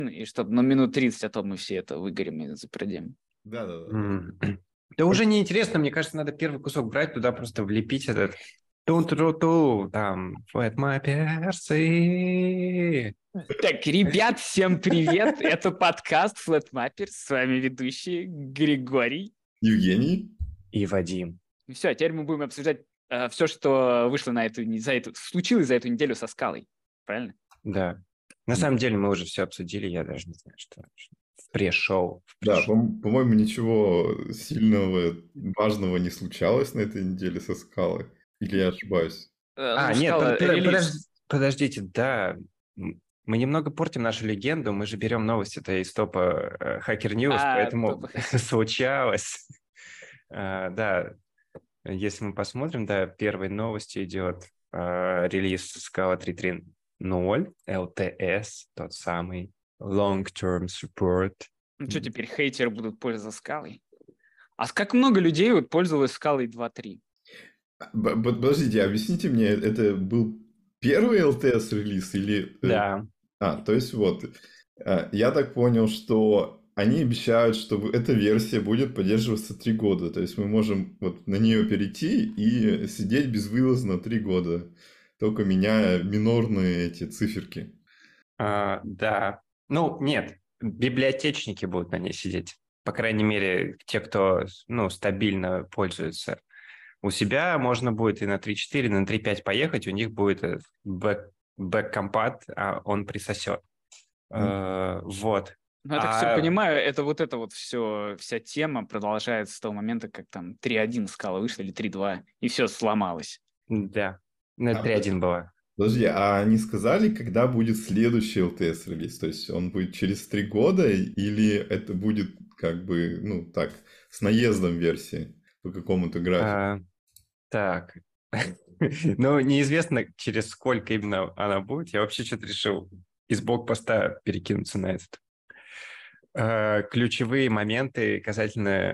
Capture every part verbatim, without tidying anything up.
и чтобы на минут тридцать, а то мы все это выгорим и запродем. Да-да-да. М. Да уже не интересно, мне кажется, надо первый кусок брать, туда просто влепить этот ту-ту-ту, там, Flat My Percy. Так, ребят, всем привет! Это подкаст Flatmapper. С вами ведущий Григорий. Евгений. И Вадим. Ну все, теперь мы будем обсуждать э, все, что вышло на эту, за эту, случилось за эту неделю со скалой. Правильно? Да. На самом деле мы уже все обсудили, я даже не знаю, что в пресс-шоу. В Да, пресс-шоу. по- по-моему, ничего сильного, важного не случалось на этой неделе со скалой. Или я ошибаюсь? Э, А, ну, нет, Скала, под- под- релиз. подож- подождите, да. М, Мы немного портим нашу легенду, мы же берем новости-то из топа э, Hacker News, А, поэтому топа Hacker. случалось. А, Да, если мы посмотрим, да, первой новостью идет а, релиз Scala три три ноль, эл ти эс, тот самый Long Term Support. Ну что, теперь хейтеры будут пользоваться скалой? А с- как много людей вот пользовалось скалой два три? Б- б- Подождите, объясните мне, это был первый эл ти эс-релиз или... э, Да, А, то есть вот, э, я так понял, что они обещают, что в- эта версия будет поддерживаться три года. То есть мы можем вот на нее перейти и сидеть безвылазно три года, только меняя минорные эти циферки. а, да. Ну, нет, библиотечники будут на ней сидеть. По крайней мере, те, кто ну, стабильно пользуется. У себя можно будет и на три четыре, и на три пять поехать, у них будет э, бэк, бэк-компат, а он присосет. Э, Вот. Ну, я так все А, понимаю, это вот это вот все, вся тема продолжается с того момента, как там три один скала вышла или три два, и все сломалось. да, ну, это А, три один было. Подожди, а они сказали, когда будет следующий эл ти эс-релиз? То есть он будет через три года или это будет как бы, ну так, с наездом версии по какому-то графику? А, Так. Ну, неизвестно, через сколько именно она будет. Я вообще что-то решил из блокпоста перекинуться на этот. Э, Ключевые моменты касательно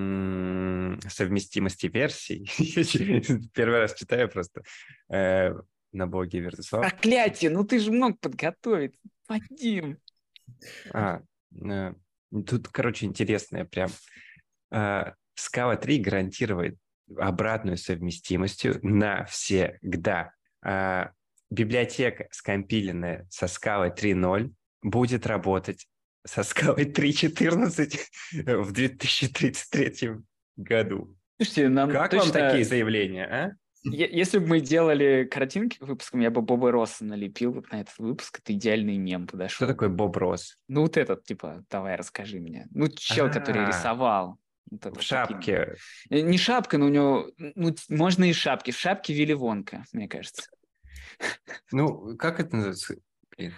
м, совместимости версий. Первый раз читаю просто э, на блоге Вертусов. Проклятие, ну ты же мог подготовить, Вадим. А, э, Тут, короче, интересное прям. Э, Scala три гарантирует обратную совместимостью навсегда. Э, Библиотека, скомпиленная со Scala три ноль, будет работать со Scala три четырнадцать в две тысячи тридцать третьем году. Слушайте, нам Как вам точно... такие заявления, а? Е- Если бы мы делали картинки к выпускам, я бы Боба Росса налепил вот на этот выпуск. Это идеальный мем Что подошел. такое Боб Росс? Ну вот этот, типа, давай расскажи мне. Ну, чел, который А, рисовал. Вот в этот шапке. такие- Э, Не шапка, но у него... Ну, т- можно и шапки. В шапке Вилли Вонка, мне кажется. Ну, как это называется? Блин.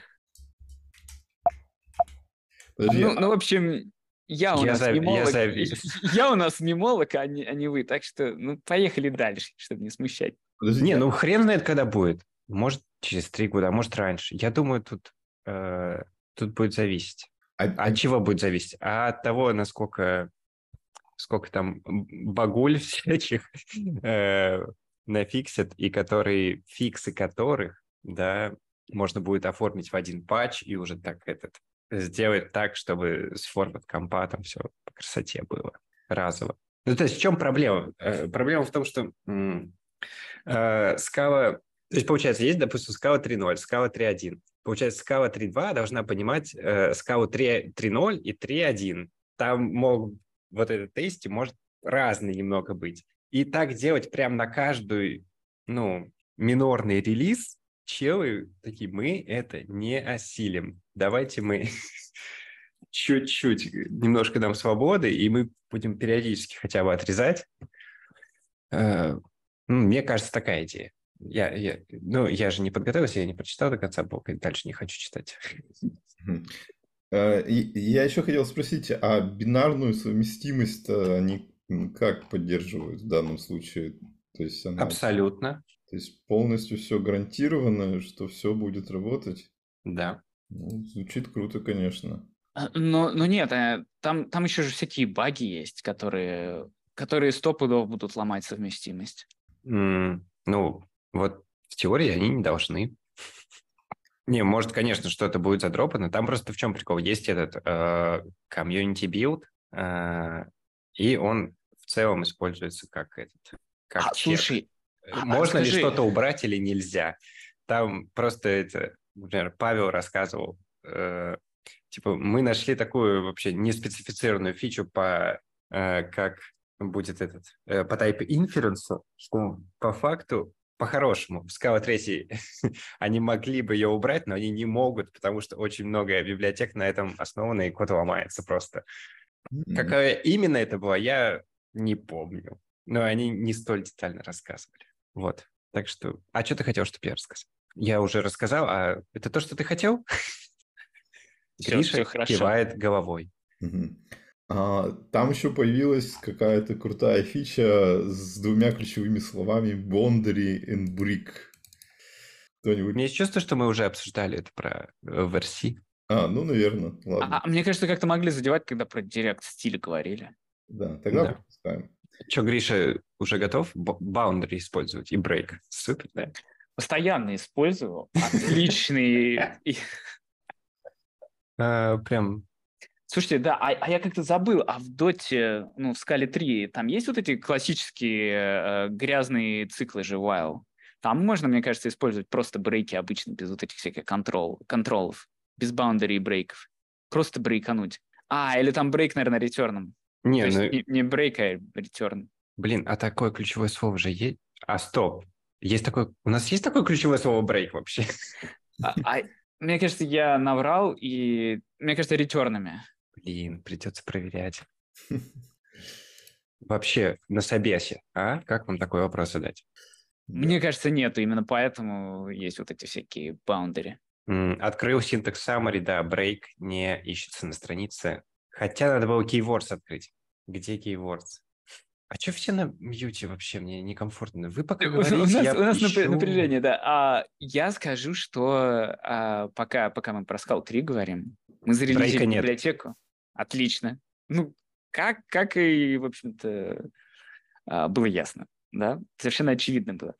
Подожди, Ну, ну, в общем, я у Я нас зав- я мемолог. завис. Я у нас мемолог, а не, а не вы. Так что, ну, поехали дальше, чтобы не смущать. подождите, Не, ну хрен знает, когда будет. Может, через три года, а может, раньше. Я думаю, тут, э, тут будет зависеть. а- А а- от чего будет зависеть? А от того, насколько сколько там багуль всяких э, нафиксят, и которые, фиксы которых, да, можно будет оформить в один патч и уже так этот сделать так, чтобы с форвард-компатом все по красоте было разово. Ну, то есть в чем проблема? Э, проблема в том, что м, э, Scala... То есть, получается, есть, допустим, Scala три ноль, Scala три один. Получается, Scala три два должна понимать э, Scala три ноль и три один. Там могут вот этот тесте может разный немного быть. И так делать прям на каждую, ну, минорный релиз, челы такие, мы это не осилим. Давайте мы чуть-чуть, немножко дам свободы, и мы будем периодически хотя бы отрезать. Э, ну, Мне кажется, такая идея. Я, я, ну, я же не подготовился, я не прочитал до конца блок, и дальше не хочу читать. Мгм. А, и- Я еще хотел спросить, а бинарную совместимость они м, как поддерживают в данном случае? То есть она, Абсолютно, то есть полностью все гарантировано, что все будет работать? да. Ну, звучит круто, конечно. А, Но, но нет, э, там, там еще же всякие баги есть, которые, которые стопудово будут ломать совместимость. М, Ну, вот в теории они не должны. Не, может, конечно, что-то будет задропано. Там просто в чем прикол? Есть этот э, community build, э, и он в целом используется как этот, как А, чек. слушай, а, а Можно ли расскажи. что-то убрать или нельзя? Там просто это, например, Павел рассказывал, э, типа, мы нашли такую вообще неспецифицированную фичу по, э, как будет этот, э, по type inference, что по факту, по-хорошему, в Scala три они могли бы ее убрать, но они не могут, потому что очень много библиотек на этом основано, и код ломается просто. М. Какая именно это была, я не помню. Но они не столь детально рассказывали. Вот. Так что... А что ты хотел, чтобы я рассказал? Я уже рассказал, а это то, что ты хотел? Все, Гриша все хорошо. кивает головой. Мгм. А, там еще появилась какая-то крутая фича с двумя ключевыми словами boundary and brick. У меня Кто-нибудь? есть чувство, что мы уже обсуждали это про э, в эр си. А, ну, наверное, ладно. А, мне кажется, как-то могли задевать, когда про директ стиль говорили. Да, тогда Да. пропускаем. Что, Гриша уже готов б- boundary использовать и break? Супер, да? Постоянно использую. Отличный. И- А, прям... Слушайте, да, а, а я как-то забыл, а в Доте, ну, в Скале три, там есть вот эти классические э, грязные циклы же while? Там можно, мне кажется, использовать просто брейки обычно, без вот этих всяких контрол, контролов, без boundary брейков. Просто брейкануть. А, или там брейк, наверное, ретерном. Не, То есть ну, не, не брейк, а ретерн. блин, а такое ключевое слово же есть? А, стоп. Есть такое... У нас есть такое ключевое слово break вообще? А, а мне кажется, я наврал, и мне кажется, ретернами. Блин, придется проверять. Вообще, на собесе, а? Как вам такой вопрос задать? Да. Мне кажется, нету, именно поэтому есть вот эти всякие баундери. М, Открыл синтекс summary, да, break не ищется на странице. Хотя надо было keywords открыть. Где keywords? А что все на мьюте вообще? Мне некомфортно. Вы пока У у говорите, нас, я у нас напря- ищу. напряжение, да. А я скажу, что а, пока, пока мы про Скал три говорим, мы зарелизили Брейка нет. библиотеку. Отлично. Ну, как, как и, в общем-то, а, было ясно, да? Совершенно очевидно было.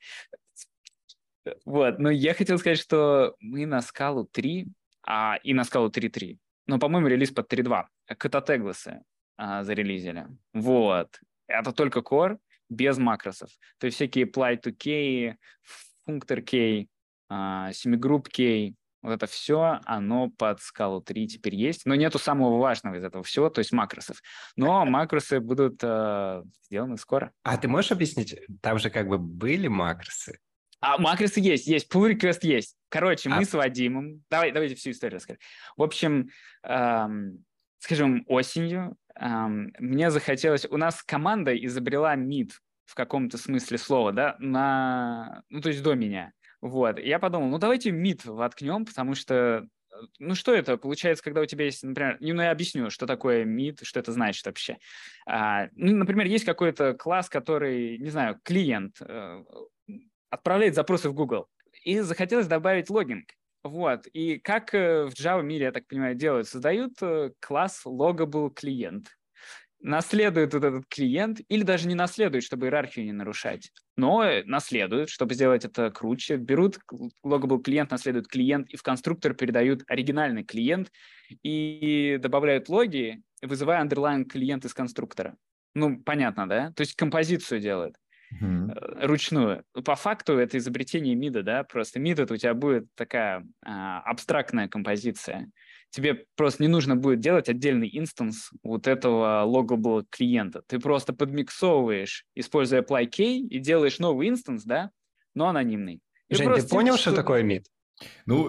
Вот, но я хотел сказать, что мы на Скалу три а, и на Скалу три точка три, ну, по-моему, релиз под три точка два, кататегласы а, зарелизили. Вот. Это только core, без макросов. То есть всякие apply to key, functor key, а, семигрупп key, вот это все, оно под Scala три теперь есть. Но нету самого важного из этого всего, то есть макросов. Но макросы будут а, сделаны скоро. А ты можешь объяснить? Там же как бы были макросы. А макросы есть, есть, pull request есть. Короче, А- мы с Вадимом... Давай, давайте всю историю расскажем. В общем, эм, скажем, осенью эм, мне захотелось... У нас команда изобрела мид в каком-то смысле слова, да, на... Ну, то есть до меня. Вот. И я подумал, ну, давайте мид воткнем, потому что... Ну, что это? Получается, когда у тебя есть, например... Ну, я объясню, что такое мид, что это значит вообще. А, ну, например, есть какой-то класс, который, не знаю, клиент... э, отправляет запросы в Google. И захотелось добавить логинг. Вот. И как э, в Java мире, я так понимаю, делают? Создают э, класс loggable клиент. Наследуют вот этот клиент, или даже не наследуют, чтобы иерархию не нарушать, но э, наследуют, чтобы сделать это круче. Берут loggable клиент, наследуют клиент, и в конструктор передают оригинальный клиент, и добавляют логи, вызывая underlying клиент из конструктора. Ну, понятно, да? То есть композицию делают Мгм. ручную. По факту это изобретение мида, да, просто мид это у тебя будет такая а, абстрактная композиция. Тебе просто не нужно будет делать отдельный инстанс вот этого loggable клиента. Ты просто подмиксовываешь, используя apply key, и делаешь новый инстанс, да, но анонимный. И Жень, ты просто понял, типа, что такое мид? Ну,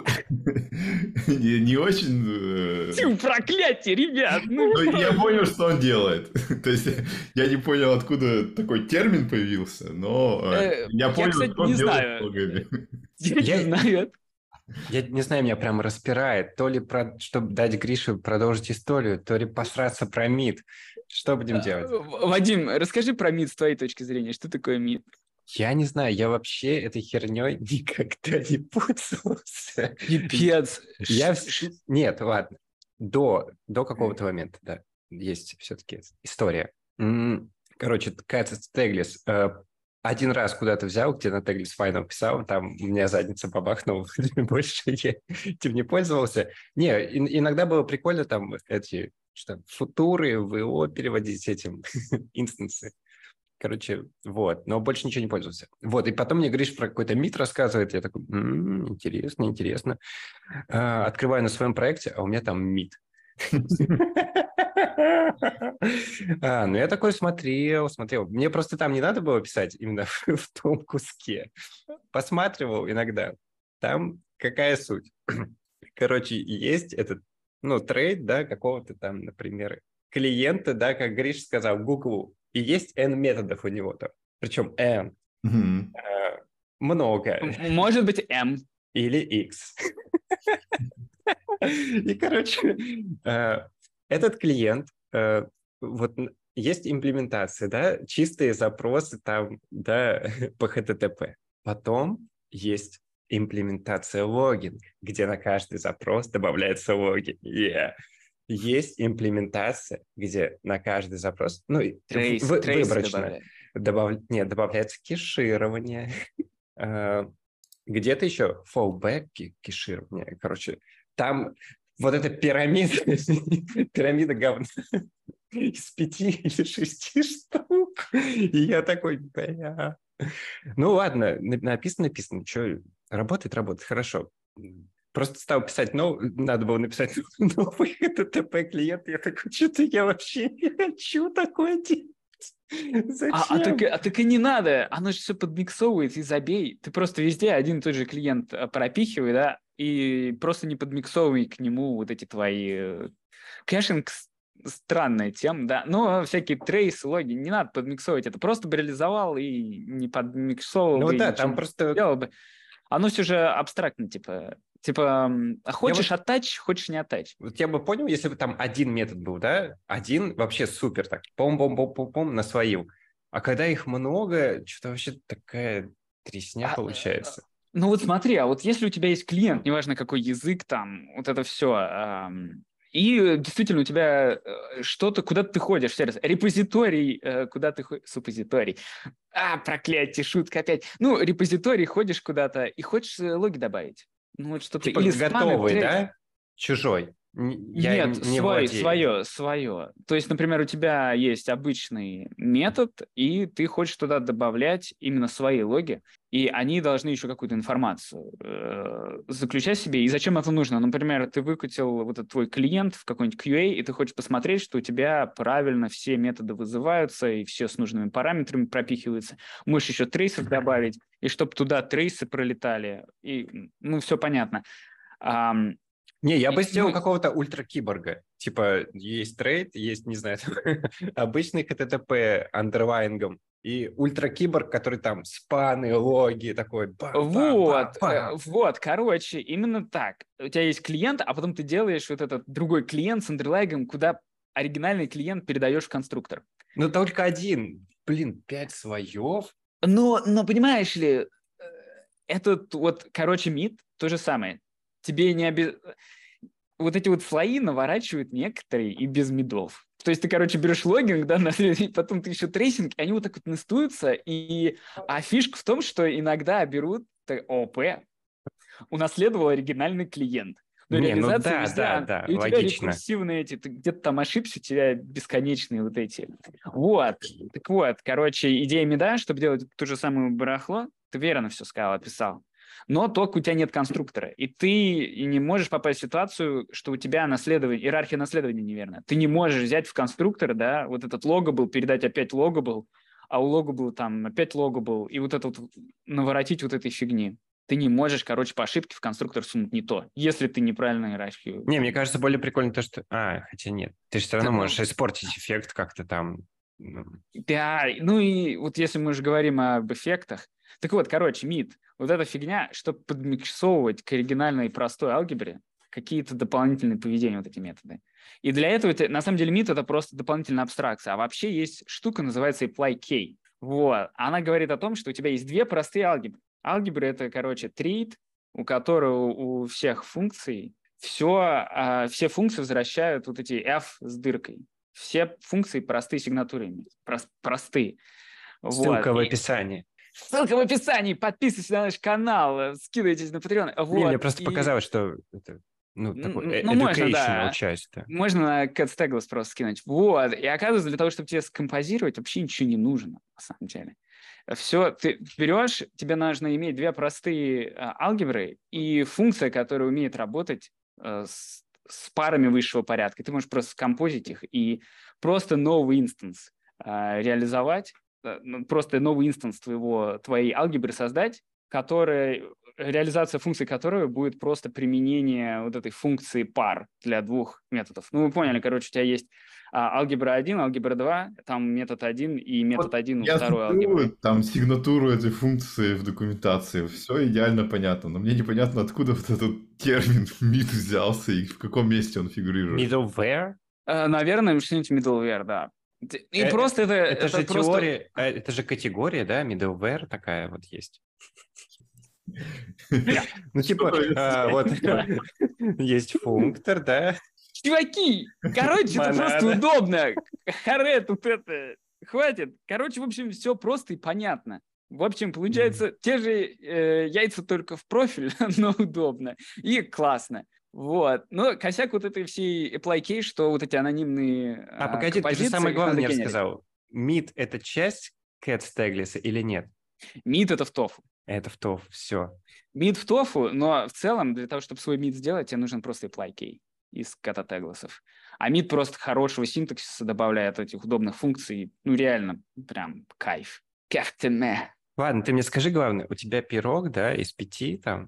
не, не очень... э, Тю, проклятие, ребят! Ну, Ну, я просто- понял, что он делает. То есть я не понял, откуда такой термин появился, но э, Э, я я, понял, кстати, что он не делает знаю. с логами. Я не Я- знаю. Я не знаю, меня прям распирает. То ли, про... чтобы дать Грише продолжить историю, то ли посраться про мид. Что будем делать? Э, Вадим, расскажи про мид с твоей точки зрения. Что такое мид? Я не знаю, я вообще этой херней никогда не пользовался. Пипец. Я... Ш- ш- Нет, ладно. До, до какого-то момента, да. Есть все-таки история. М, Короче, Катя Стеглис один раз куда-то взял, где на тегле с файном писал, там у меня задница побахнула, больше я этим не пользовался. Не, и- иногда было прикольно там эти что, футуры, ВО переводить этим, инстансы. Короче, вот, но больше ничего не пользовался. Вот, и потом мне Гриш про какой-то мид рассказывает, я такой, «М, интересно, интересно. А, открываю на своем проекте, а у меня там мид. А, ну я такой смотрел, смотрел. Мне просто там не надо было писать именно в, в том куске. Посматривал иногда. Там какая суть? Короче, есть этот, ну, трейд, да, какого-то там, например, клиента, да, как Гриш сказал, Google, и есть N методов у него там. Причем N. Мгм. э, много. М- Может быть, M. Или X. И, короче, э, этот клиент, э, вот н- есть имплементация, да, чистые запросы там, да, по эйч ти ти пи. Потом есть имплементация логин, где на каждый запрос добавляется логин. Yeah. Есть имплементация, где на каждый запрос, ну, и в- Трейс, вы- трейсы выборочно, добавляют. добав... нет, добавляется кеширование, э, где-то еще fallback ки- кеширование. Короче, там вот эта пирамида, пирамида говна из пяти или шести штук. И я такой, бля. Ну ладно, на- написано, написано. Что, работает, работает, хорошо. Просто стал писать, ну, надо было написать новый эйч ти ти пи клиент. Я такой, что-то я вообще не хочу такое делать. А, а, так, Зачем? и- а так и не надо, оно же все подмиксовывает, и забей. Ты просто везде один и тот же клиент э, пропихивай, да, и просто не подмиксовывай к нему вот эти твои... э, Кэшинг с- странная тема, да, но всякие трейсы, логи, не надо подмиксовывать, это просто бы реализовал и не подмиксовывал Ну бы, и да, ничего там не просто... делал бы. Оно все же абстрактно, типа, типа, м, а Я хочешь вот оттач, хочешь не оттач. Вот я бы понял, если бы там один метод был, да? Один вообще супер, так, пом-пом-пом-пом насвоил. А когда их много, что-то вообще такая тресня А, э, получается. Ну вот смотри, а вот если у тебя есть клиент, неважно какой язык там, вот это все, и действительно у тебя э, что-то, куда ты ходишь, сервис, репозиторий, э, куда ты ходишь, суппозиторий, а, проклятие, шутка опять. Ну, репозиторий, ходишь куда-то и хочешь э, логи добавить. Ну вот что-то, Типа или спаны, готовый, трей- да? Чужой. Н- Я Нет, им не свой, владею. свое, свое. То есть, например, у тебя есть обычный метод, и ты хочешь туда добавлять именно свои логи, и они должны еще какую-то информацию э, заключать в себе. И зачем это нужно? Например, ты выкатил вот этот твой клиент в какой-нибудь кью эй, и ты хочешь посмотреть, что у тебя правильно все методы вызываются, и все с нужными параметрами пропихиваются. Можешь еще трейсов добавить, и чтобы туда трейсы пролетали, и, ну, все понятно. Ам, Не, я бы и, сделал ну, какого-то ультракиборга. Типа есть трейд, есть, не знаю, обычный эйч ти ти пи андервайнгом, и ультракиборг, который там спаны, логи, такой Вот, э, бам-бам-бам-бам. вот, короче, именно так. У тебя есть клиент, а потом ты делаешь вот этот другой клиент с андерлайгом, куда оригинальный клиент передаешь в конструктор. Но только один. Блин, пять слоев? Но, но понимаешь ли, э, этот вот, короче, мид то же самое. Тебе не оби... Вот эти вот слои наворачивают некоторые и без мидов. То есть ты, короче, берешь логинг, да, на- и потом ты еще трейсинг, и они вот так вот настуются. И... А фишка в том, что иногда берут ОП, унаследовал оригинальный клиент. Но Не, ну реализация да, везде, да, а- да, и у тебя логично. рекурсивные эти, ты где-то там ошибся, у тебя бесконечные вот эти. Вот, так вот, короче, идея меда, чтобы делать то же самое барахло, ты верно все сказал, описал. Но только у тебя нет конструктора, и ты не можешь попасть в ситуацию, что у тебя наследование, иерархия наследования неверна. Ты не можешь взять в конструктор, да, вот этот логабл, передать опять логабл, а у логабл там опять логабл, и вот это вот наворотить вот этой фигни. Ты не можешь, короче, по ошибке в конструктор сунуть не то, если ты неправильно иерархию... Не, там, мне кажется, более прикольно то, что... А, хотя нет. Ты же все равно т- можешь испортить эффект как-то там. Ну, Да, ну и вот если мы уже говорим об эффектах, так вот, короче, мид, вот эта фигня, чтобы подмиксовывать к оригинальной простой алгебре какие-то дополнительные поведения, вот эти методы. И для этого, это, на самом деле, мид — это просто дополнительная абстракция. А вообще есть штука, называется apply-k. Вот. Она говорит о том, что у тебя есть две простые алгебры. Алгебра — это, короче, трит, у которого у всех функций все, а, все функции возвращают вот эти f с дыркой. Все функции простые сигнатуры имеют. Прос- простые. Вот. ссылка в И, описании. Ссылка в описании, подписывайтесь на наш канал, скидывайтесь на Patreon. Вот. Не, мне просто и... показалось, что это, ну, такой ну, можно, educational да. часть-то. Можно на CatStaggles просто скинуть. Вот. И оказывается, для того, чтобы тебе скомпозировать, вообще ничего не нужно, на самом деле. Все, ты берешь, тебе нужно иметь две простые а, алгебры и функция, которая умеет работать а, с, с парами высшего порядка. Ты можешь просто скомпозить их и просто новый инстанс а, реализовать, а, просто новый инстанс твоего, твоей алгебры создать, который, реализация функции которой будет просто применение вот этой функции пар для двух методов. Ну, вы поняли, короче, у тебя есть а, алгебра один, алгебра два, там метод один и метод Вот один у я второй смотрю, алгебры. там сигнатуру этой функции в документации, все идеально понятно, но мне непонятно, откуда вот этот термин мид взялся и в каком месте он фигурирует. Middleware? А, наверное, что-нибудь middleware, да. И Э, просто это... Это, это же просто... теория, э, это же категория, да, middleware такая вот есть. Ну, типа, а, вот есть функтор, да? Чуваки, короче, это просто Монада. удобно. Харе, тут это... Хватит. Короче, в общем, все просто и понятно. В общем, получается, те же э, яйца только в профиль, но удобно. И классно. Вот. Но косяк вот этой всей apply-case, что вот эти анонимные А, э, погоди, ты же композиции, самое их главное надо не генерить. рассказал. Мид — это часть CatStaggles или нет? Мид — это в тофу. Это в тоф, все. Мид в тофу, но в целом для того, чтобы свой мид сделать, тебе нужен просто apply-key из кататеглосов. А мид просто хорошего синтаксиса добавляет этих удобных функций. Ну, реально, прям кайф. Кефтеме. Ладно, ты мне скажи, главное, у тебя пирог, да, из пяти там?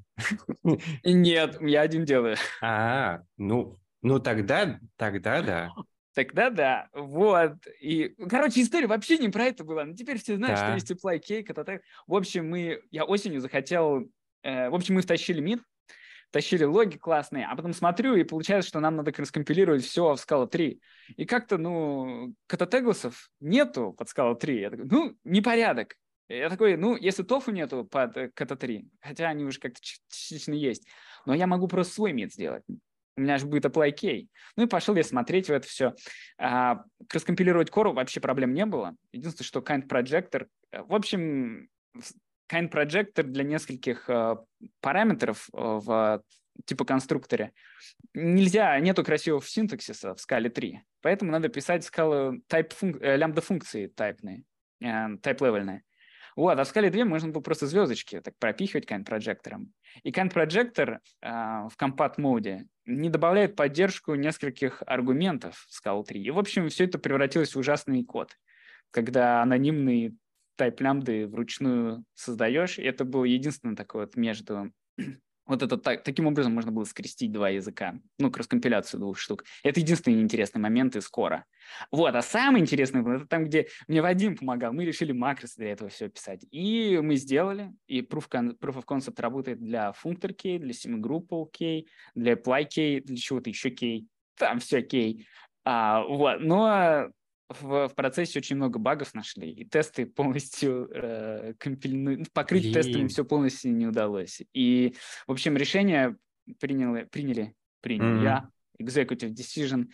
Нет, я один делаю. А, ну, ну тогда, тогда да. Тогда да, вот. И, короче, история вообще не про это была. Но теперь все знают, что Да. есть apply-key, кататег. В общем, мы, я осенью захотел... Э, в общем, мы втащили мид, тащили логи классные, а потом смотрю, и получается, что нам надо раскомпилировать все в скала три. И как-то, ну, кататеглосов нету под скала три. Я такой, ну, непорядок. Я такой, ну, если тофу нету под ката три, хотя они уже как-то частично есть, но я могу просто свой мид сделать. У меня же будет apply-key. Ну и пошел я смотреть в это все. А, раскомпилировать core вообще проблем не было. Единственное, что kind projector... В общем, kind projector для нескольких uh, параметров uh, в типа конструкторе нельзя, нету красивого синтаксиса в скале три. Поэтому надо писать скалы type функ, э, лямбда-функции тайпные, э, type-левельные. Вот, а в скале два можно было просто звездочки так пропихивать kind projector. И kind projector э, в компат-моде не добавляет поддержку нескольких аргументов в скалу три. И, в общем, все это превратилось в ужасный код, когда анонимный type лямбды вручную создаешь. И это было единственное такое вот между... Вот это так, таким образом можно было скрестить два языка, ну, кросс-компиляцию двух штук. Это единственный интересный момент из кора. Вот, а самый интересный был, это там, где мне Вадим помогал. Мы решили макросы для этого все писать. И мы сделали, и proof, proof of concept работает для functor key, для semigroup key, для apply key, для чего-то еще key. Там все key. А, вот, но... В, в процессе очень много багов нашли, и тесты полностью э, компильну... покрыть Блин. тестами все полностью не удалось. И, в общем, решение приняли, приняли, принял mm-hmm. я, executive decision.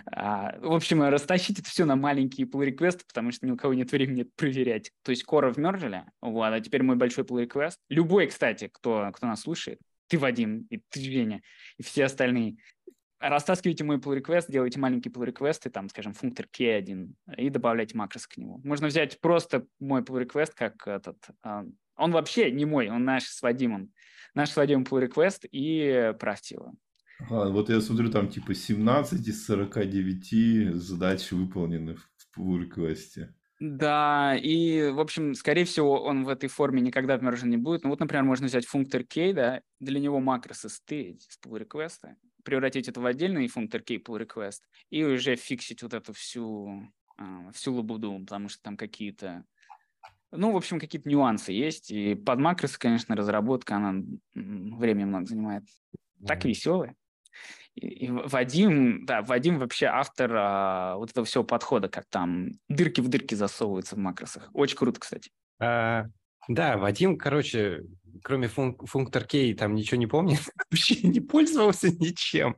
А, в общем, растащить это все на маленькие pull requests, потому что ни у кого нет времени это проверять. То есть Core вмержили, вот, а теперь мой большой pull request. Любой, кстати, кто, кто нас слушает, ты, Вадим, и ты, Женя, и все остальные, растаскивайте мой pull request, делайте маленькие pull request, там, скажем, функтор кей один, и добавляйте макрос к нему. Можно взять просто мой pull request как этот... Он вообще не мой, он наш с Вадимом. Наш с Вадимом pull request, и правьте его. Ага, вот я смотрю, там типа семнадцать из сорока девяти задач выполнены в pull request. Да, и, в общем, скорее всего, он в этой форме никогда вмержен не будет. Ну вот, например, можно взять функтор key, да, для него макросы стырить с pull request, превратить это в отдельный функтор key pull request и уже фиксить вот эту всю, всю лабуду, потому что там какие-то, ну, в общем, какие-то нюансы есть. И под макросы, конечно, разработка, она время много занимает. Так mm-hmm. веселая. И, и Вадим, да, Вадим вообще автор а, вот этого всего подхода, как там дырки в дырки засовываются в макросах. Очень круто, кстати. А, да, Вадим, короче, кроме фун- функтор кей там ничего не помнит, вообще не пользовался ничем.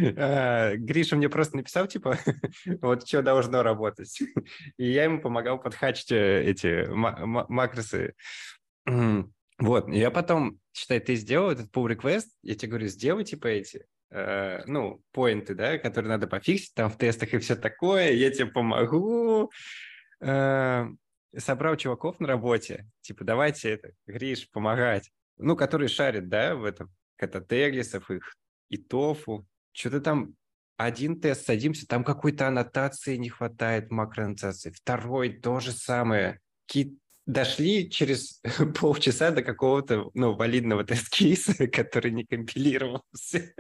А, Гриша мне просто написал, типа, вот что должно работать. И я ему помогал подхачить эти м- м- макросы Мгм. Вот, я потом, считай, ты сделал этот pull request, я тебе говорю, сделай типа эти, э, ну, поинты, да, которые надо пофиксить там в тестах и все такое, я тебе помогу. Э, собрал чуваков на работе, типа, давайте это, Гриш, помогать. Ну, которые шарят, да, в этом, кататеглисов их и тофу. Что-то там один тест садимся, там какой-то аннотации не хватает, макроаннотации. Второй то же самое. Ки- Дошли через полчаса до какого-то, ну, валидного тест-кейса, который не компилировался.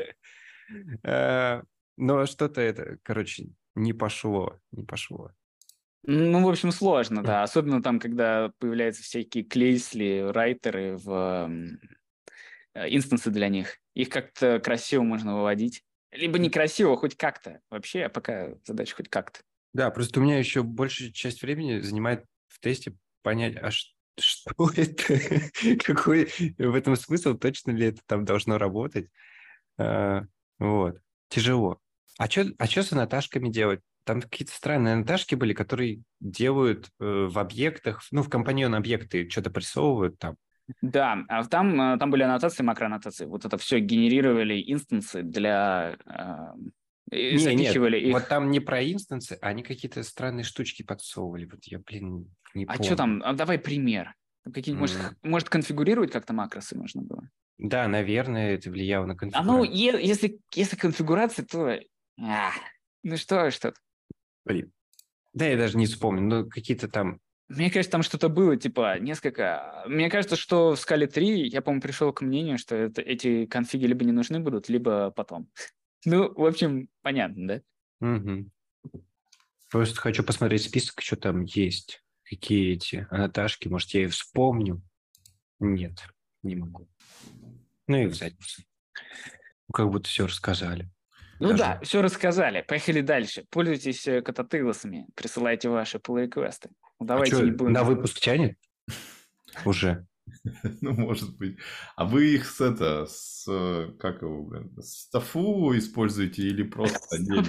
Э, Но что-то это, короче, не пошло, не пошло. Ну, в общем, сложно, да. Особенно там, когда появляются всякие клейсли, райтеры в м, э, инстансы для них. Их как-то красиво можно выводить. Либо некрасиво, хоть как-то. Вообще, пока задача хоть как-то. Да, просто у меня еще большая часть времени занимает в тесте понять, а ш- что это, какой в этом смысл, точно ли это там должно работать. А, Вот. Тяжело. А что а чё с анноташками делать? Там какие-то странные анноташки были, которые делают э, в объектах, ну, в компаньон объекты что-то прессовывают там. Да, а там, э, там были аннотации, макроаннотации. Вот это все генерировали инстансы для... э, и Не, нет, запихивали вот их. там не про инстансы, а они какие-то странные штучки подсовывали. Вот я, блин, не А что помню. там? А давай пример. Там какие-нибудь, может, х- М, может, конфигурировать как-то макросы можно было? Да, наверное, это влияло на А ну, конфигурацию. е- если, если конфигурация, то... а, ну что, что Блин. Да, я даже не вспомню, но какие-то там... Мне кажется, там что-то было, типа, несколько... Мне кажется, что в скале три я, по-моему, пришел к мнению, что это, эти конфиги либо не нужны будут, либо потом. Ну, в общем, понятно, да? Мгм. Просто хочу посмотреть список, что там есть. Какие эти анноташки, может, я и вспомню. Нет, не могу. Ну и в задницу. Ну, как будто все рассказали. Ну Даже... да, все рассказали. Поехали дальше. Пользуйтесь э, кататегласами, присылайте ваши pull-реквесты. Ну, А давайте что, не на будем... выпуск тянет уже? Ну, может быть. А вы их с это, с, э, как его, блин, с тофу используете или просто отдельно?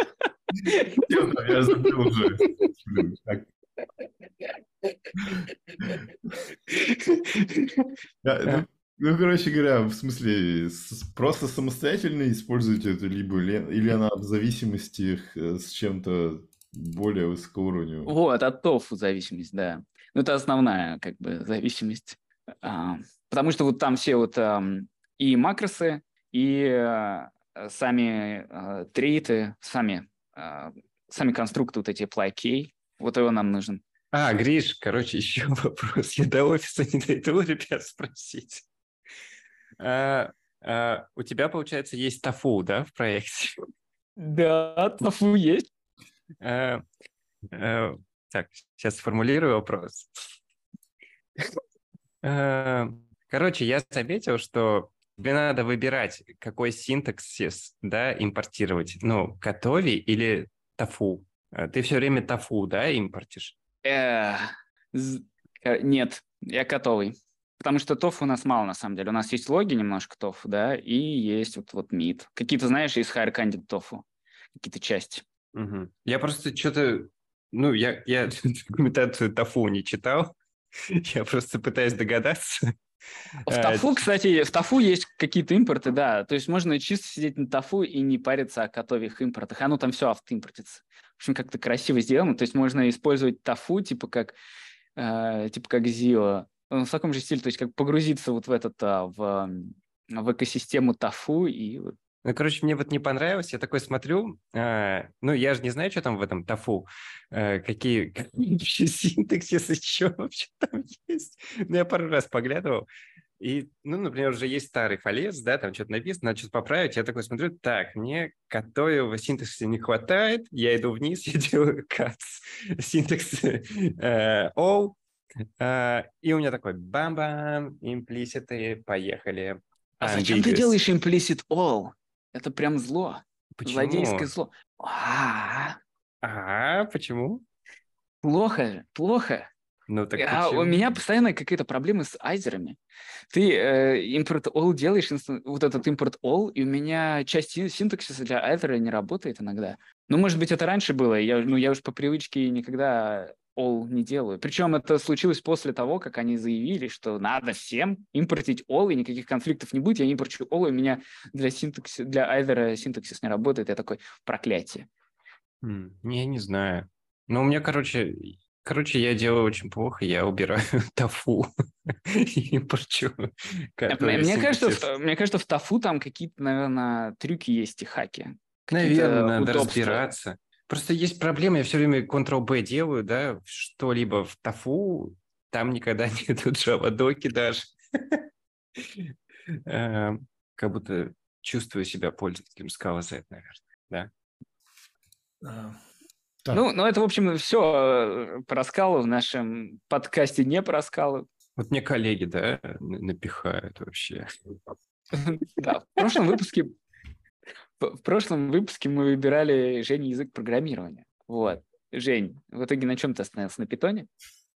Я я забыл уже. Блин, как- Я- А, ну, ну, короче говоря, в смысле, с- просто самостоятельно используете это, либо или, или она в зависимости э, с чем-то более высокоуровневым? Вот, от тофу зависимость, да. Ну, это основная, как бы, зависимость. А, потому что вот там все вот ам, и макросы, и а, сами а, трейты, сами, а, сами конструкты, вот эти apply key, вот его нам нужен. А, Гриш, короче, еще вопрос. Я до офиса не дойду у ребят спросить. А, а, у тебя, получается, есть тофу, да, в проекте? Да, тофу есть. А, а, так, сейчас сформулирую вопрос. А, Короче, я заметил, что тебе надо выбирать, какой синтаксис, да, импортировать. Ну, Котови или тофу. А, Ты все время тофу, да, импортишь? Э, з- э, Нет, я готовый. Потому что тофу у нас мало, на самом деле. У нас есть логи немножко тофу, да, и есть вот, вот мид. Какие-то, знаешь, из higher candidate тофу. Какие-то части. Мгм. Я просто что-то... Ну, я, я документацию тофу не читал. Я просто пытаюсь догадаться. В Э, тофу, кстати, в тофу есть какие-то импорты, да. То есть можно чисто сидеть на тофу и не париться о готовых импортах. Оно там все автоимпортится. В общем, как-то красиво сделано. То есть можно использовать тофу, типа как, э, типа как Zio. Ну, в таком же стиле, то есть как погрузиться вот в этот, а, в, м, в экосистему тофу и вот. Ну, короче, мне вот не понравилось. Я такой смотрю, э, ну, я же не знаю, что там в этом тофу, э, какие, какие вообще синтаксисы, что вообще там есть. Ну, я пару раз поглядывал. И, ну, например, уже есть старый фалес, да, там что-то написано, надо что-то поправить. Я такой смотрю, так, мне готового синтаксиса не хватает. Я иду вниз, я делаю cut синтакс э, all. э, и у меня такой бам-бам, имплиситы, поехали. А зачем ты Ambiguous. делаешь implicit all? Это прям зло. Злодейское Почему? зло. А, А, почему? плохо же, плохо. Ну так А у меня почему? постоянно какие-то проблемы с айзерами. Ты э, import all делаешь, инста- вот этот import all, и у меня часть син- синтаксиса для айзера не работает иногда. Ну, может быть, это раньше было, я, ну, я уж по привычке никогда all не делают. Причем это случилось после того, как они заявили, что надо всем импортить all, и никаких конфликтов не будет. Я не импорчу all, и у меня для, синтакси... для айдера синтаксис не работает. Я такой, проклятие. Mm, я не знаю. Ну, у меня, короче... Короче, я делаю очень плохо, я убираю тофу и импорчу. Мне кажется, в, мне кажется, в тофу там какие-то, наверное, трюки есть и хаки. Наверное, надо удобства. разбираться. Просто есть проблема, я все время контрол-бэ делаю, да, что-либо в тофу, там никогда нету джава-доки даже. Как будто чувствую себя пользователем Scala Z, наверное, да? Так. Ну, ну, это, в общем, все про скалу в нашем подкасте не про скалу. Вот мне коллеги, да, напихают вообще. Да, в прошлом выпуске в прошлом выпуске мы выбирали Жене язык программирования. Вот. Жень, в итоге на чем ты остановился? На питоне?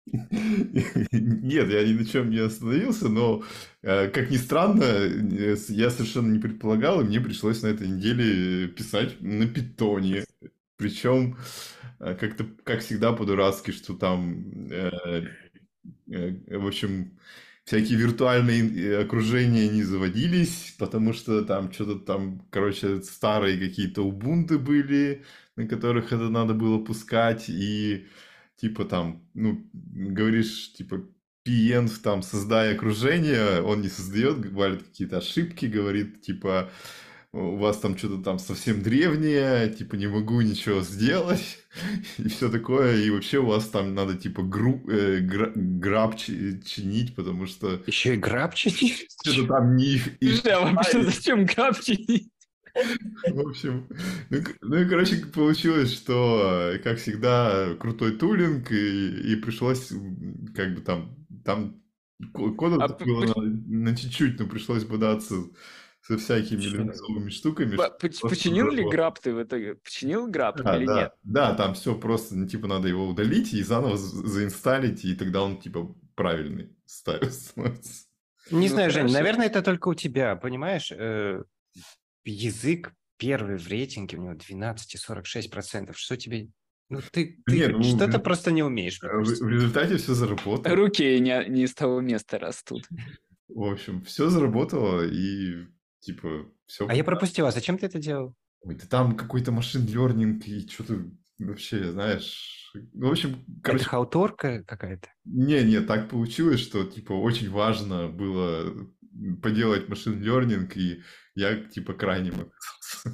Нет, я ни на чем не остановился, но, как ни странно, я совершенно не предполагал, и мне пришлось на этой неделе писать на питоне. Причем как-то, как всегда, по-дурацки, что там, э, э, в общем, всякие виртуальные окружения не заводились, потому что там что-то там, короче, старые какие-то убунты были, на которых это надо было пускать, и типа там, ну, говоришь, типа, пи энв там, создай окружение, он не создает, говорит какие-то ошибки, говорит, типа... у вас там что-то там совсем древнее, типа не могу ничего сделать, и все такое, и вообще у вас там надо типа гру, э, гра, граб чинить, потому что... Еще и граб чинить? Что-то там не... Слушай, а вообще зачем граб чинить? В общем, ну, ну и, короче, получилось, что, как всегда, крутой тулинг, и, и пришлось, как бы там, там кода а было по... на, на чуть-чуть, но пришлось бодаться со всякими линуксовыми штуками. Починил ли граб ты в итоге? Починил граб да, или да, нет? Да, там все просто, ну, типа, надо его удалить и заново заинсталить, и тогда он, типа, правильный становится. Не ну, знаю, Жень, наверное, это только у тебя, понимаешь? Э, язык первый в рейтинге, у него двенадцать целых сорок шесть сотых процента. Что тебе... Ну, ты, ты Нет, ну, что-то в... просто не умеешь. В, в результате все заработало. Руки не, не из того места растут. В общем, все заработало, и, типа, все... А я пропустил, а зачем ты это делал? Ой, да там какой-то машин-лернинг, и что-то вообще, знаешь... Ну, в общем, короче... Это халтурка какая-то? Не-не, так получилось, что, типа, очень важно было поделать машин-лернинг, и я, типа, крайним оказался.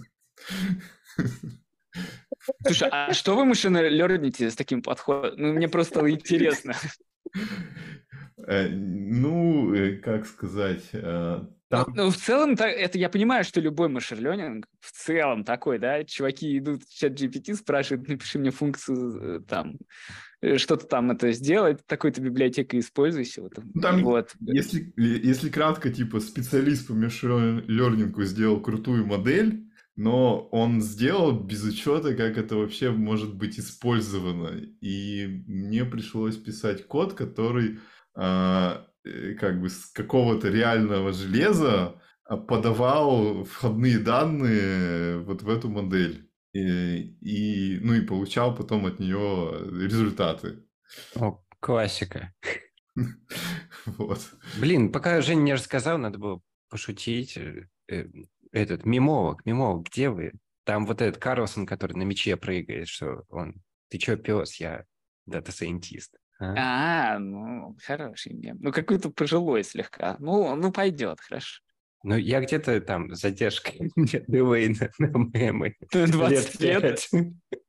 Слушай, а что вы машин-лерните с таким подходом? Ну, мне просто интересно. Ну, как сказать... Там... Ну, ну, в целом, это я понимаю, что любой машин-лернинг в целом такой, да, чуваки идут в чат джи пи ти, спрашивают, напиши мне функцию, там, что-то там это сделать, такой-то библиотекой используйся. Вот. Там, вот. Если, если кратко, типа, специалист по машин-лернингу сделал крутую модель, но он сделал без учета, как это вообще может быть использовано. И мне пришлось писать код, который... как бы с какого-то реального железа подавал входные данные вот в эту модель. И, и, ну и получал потом от нее результаты. О, классика. Вот. Блин, пока Женя не рассказал, надо было пошутить. Этот, мимолог, мимолог, где вы? Там вот этот Карлсон, который на мече прыгает, что он... Ты чё, пес? Я дата-сайентист. А? а, ну, хороший мем. Ну, какой-то пожилой слегка. Ну, ну пойдет, хорошо. Ну, я где-то там с задержкой Девейна на мемы. двадцать лет.